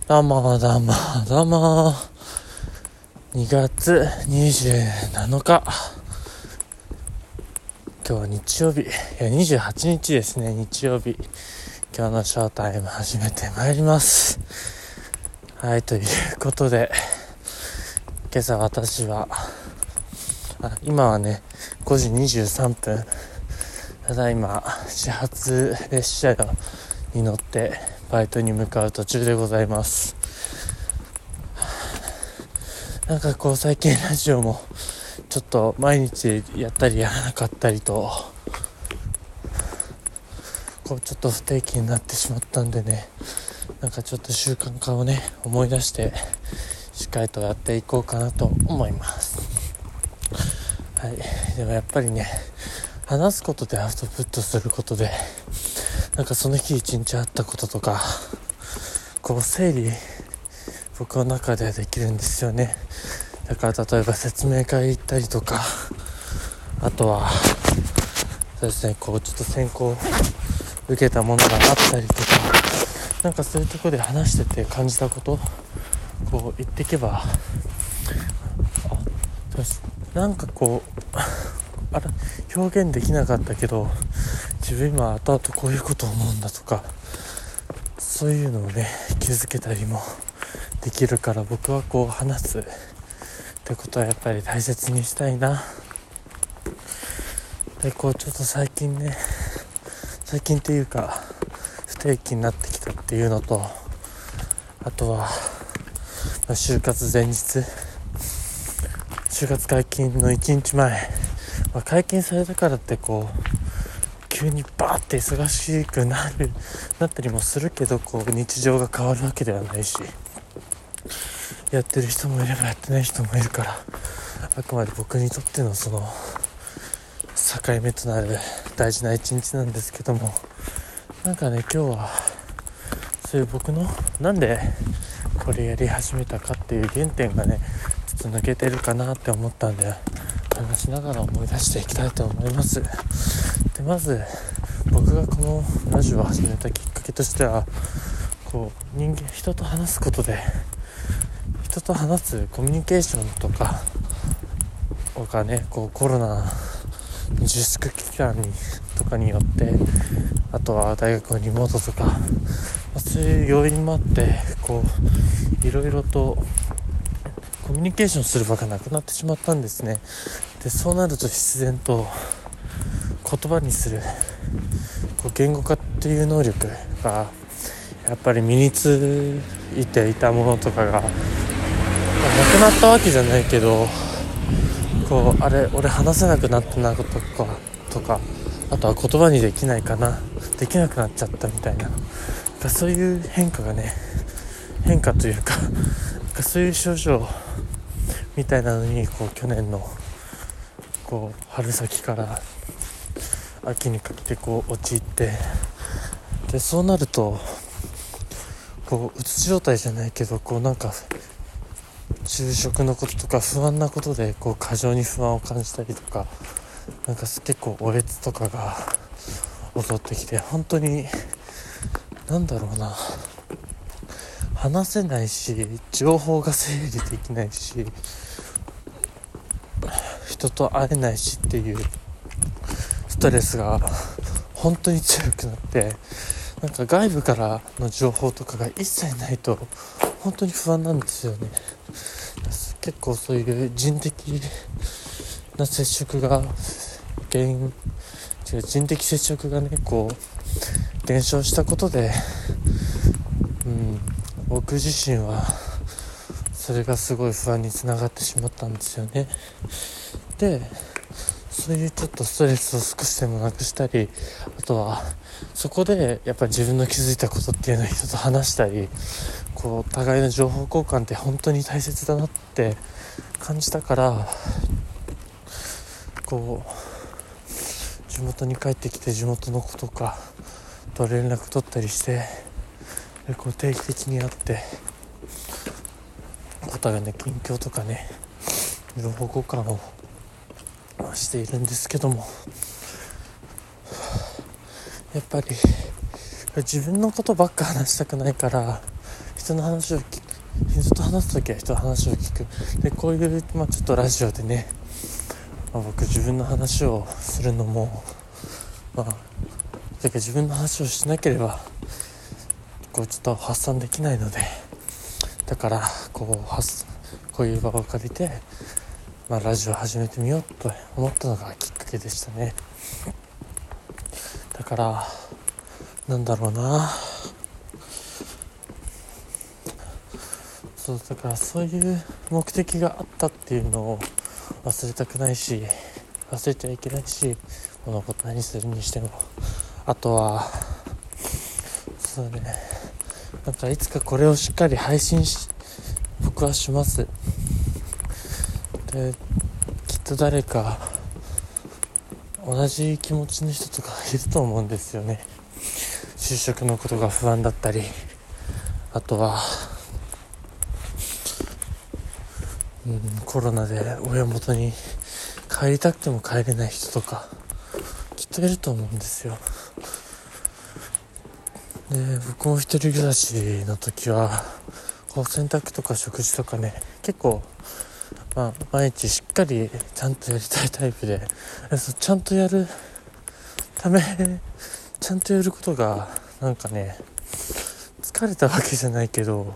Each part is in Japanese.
どうもどうもどうも。2月27日、今日は日曜日、28日ですね。日曜日、今日のショータイム始めてまいります。はい、ということで今朝私は今はね5時23分、ただいま始発列車に乗ってバイトに向かう途中でございます。なんかこう最近ラジオもちょっと毎日やったりやらなかったりとこうちょっと不定期になってしまったんでね、なんかちょっと習慣化をね思い出してしっかりとやっていこうかなと思います。はい、でもやっぱりね、話すことでアウトプットすることでなんかその日一日あったこととかこう整理僕の中ではできるんですよね。だから例えば説明会行ったりとか、あとはそうですね、こうちょっと選考受けたものがあったりとか、なんかそういうところで話してて感じたことこう言っていけば、なんかこう表現できなかったけど自分今後々こういうことを思うんだとか、そういうのをね気づけたりもできるから、僕はこう話すってことはやっぱり大切にしたいな。でこうちょっと最近っていうか不定期になってきたっていうのと、あとは就活前日、就活解禁の1日前、解禁されたからってこう急にバーって忙しくなったりもするけど、こう日常が変わるわけではないし、やってる人もいればやってない人もいるから、あくまで僕にとってのその境目となる大事な一日なんですけども、なんかね今日はそういう僕のなんでこれやり始めたかっていう原点がねちょっと抜けてるかなって思ったんで、話しながら思い出していきたいと思います。でまず僕がこのラジオを始めたきっかけとしては、こう人と話すことで人と話すコミュニケーションとかがね、こうコロナ自粛期間とかによって、あとは大学のリモートとか、そういう要因もあってこういろいろとコミュニケーションする場がなくなってしまったんですね。でそうなると必然と言葉にするこう言語化っていう能力がやっぱり身についていたものとかがなくなったわけじゃないけど、こう俺話せなくなったなとか、あとは言葉にできないかな、できなくなっちゃったみたいな、そういう変化というかそういう症状みたいなのにこう去年のこう春先から秋にかけてこう陥って、でそうなるとこううつ状態じゃないけど、こうなんか就職のこととか不安なことでこう過剰に不安を感じたりとか、なんか結構おえつとかが襲ってきて、本当になんだろうな、話せないし情報が整理できないし人と会えないしっていうストレスが本当に強くなって、なんか外部からの情報とかが一切ないと本当に不安なんですよね。結構そういう人的な接触が人的接触がねこう減少したことで、僕自身はそれがすごい不安につながってしまったんですよね。でそういうちょっとストレスを少しでもなくしたり、あとはそこでやっぱり自分の気づいたことっていうのを人と話したり、こう互いの情報交換って本当に大切だなって感じたから、こう地元に帰ってきて地元の子とかと連絡取ったりして、でこう定期的に会ってお互いの近況とかね情報交換をしているんですけども、やっぱり自分のことばっか話したくないから人と話すときは人の話を聞く。でこういう、ちょっとラジオでね、僕自分の話をするのも自分の話をしなければちょっと発散できないので、だからこういう場を借りて、ラジオを始めてみようと思ったのがきっかけでしたね。だからだからそういう目的があったっていうのを忘れたくないし、忘れちゃいけないし、物事何するにしても、あとはいつかこれをしっかり配信僕はします。できっと誰か同じ気持ちの人とかいると思うんですよね。就職のことが不安だったり、あとはコロナで親元に帰りたくても帰れない人とかきっといると思うんですよ。で僕も一人暮らしの時は洗濯とか食事とかね、結構毎日しっかりちゃんとやりたいタイプで、ちゃんとやることが疲れたわけじゃないけど、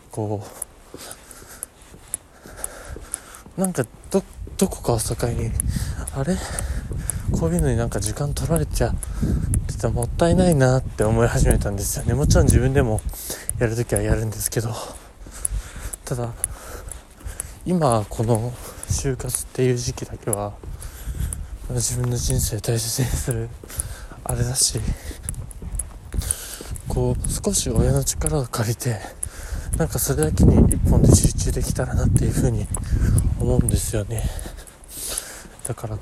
どこかを境にこういうのに時間取られちゃってもったいないなって思い始めたんですよね。もちろん自分でもやるときはやるんですけど、ただ今この就活っていう時期だけは自分の人生大切にするあれだし、少し親の力を借りてそれだけに一本で集中できたらなっていうふうに思うんですよね。だから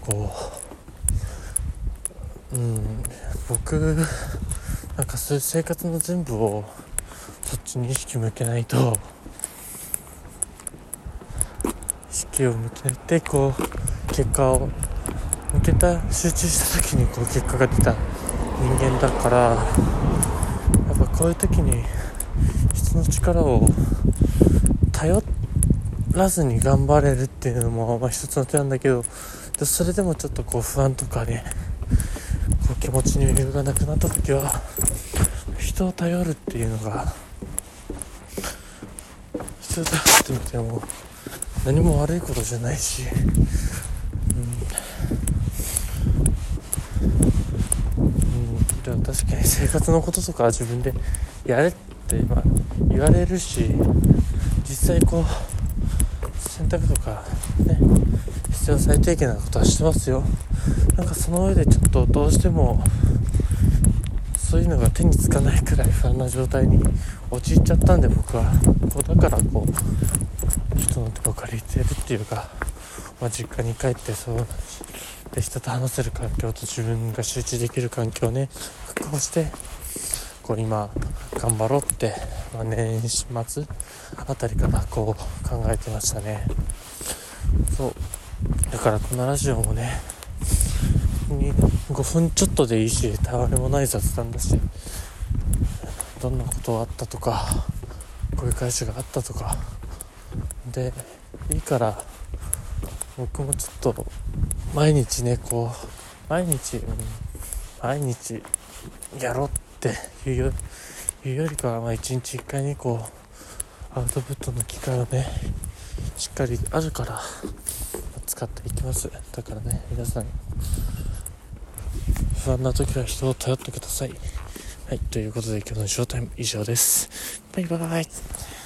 僕そういう生活の全部をそっちに意識向けないと、意識を向けて結果を集中した時に結果が出た人間だから、やっぱこういう時に人の力を頼らずに頑張れるっていうのも一つの手なんだけど、それでもちょっと不安とかね、気持ちに余裕がなくなった時は人を頼るっていうのが、人を頼ってみても何も悪いことじゃないし、でも確かに生活のこととかは自分でやれって言われるし、実際洗濯とかね、必要最低限なことはしてますよ。その上でちょっとどうしてもそういうのが手につかないくらい不安な状態に陥っちゃったんで、僕はだから人の手を借りてるっていうか、実家に帰ってで人と話せる環境と自分が集中できる環境をね確保して、今頑張ろうって、年始末あたりから考えてましたね。だからこのラジオもね5分ちょっとでいいし、たわいもない雑談だし、どんなことがあったとか、こういう会社があったとかでいいから、僕もちょっと毎日ね毎日やろうっていうよりかは、一日一回にアウトプットの機会をねしっかりあるから使っていきます。だからね、皆さん不安な時は人を頼ってください。はい、ということで今日のショータイム以上です。バイバイ。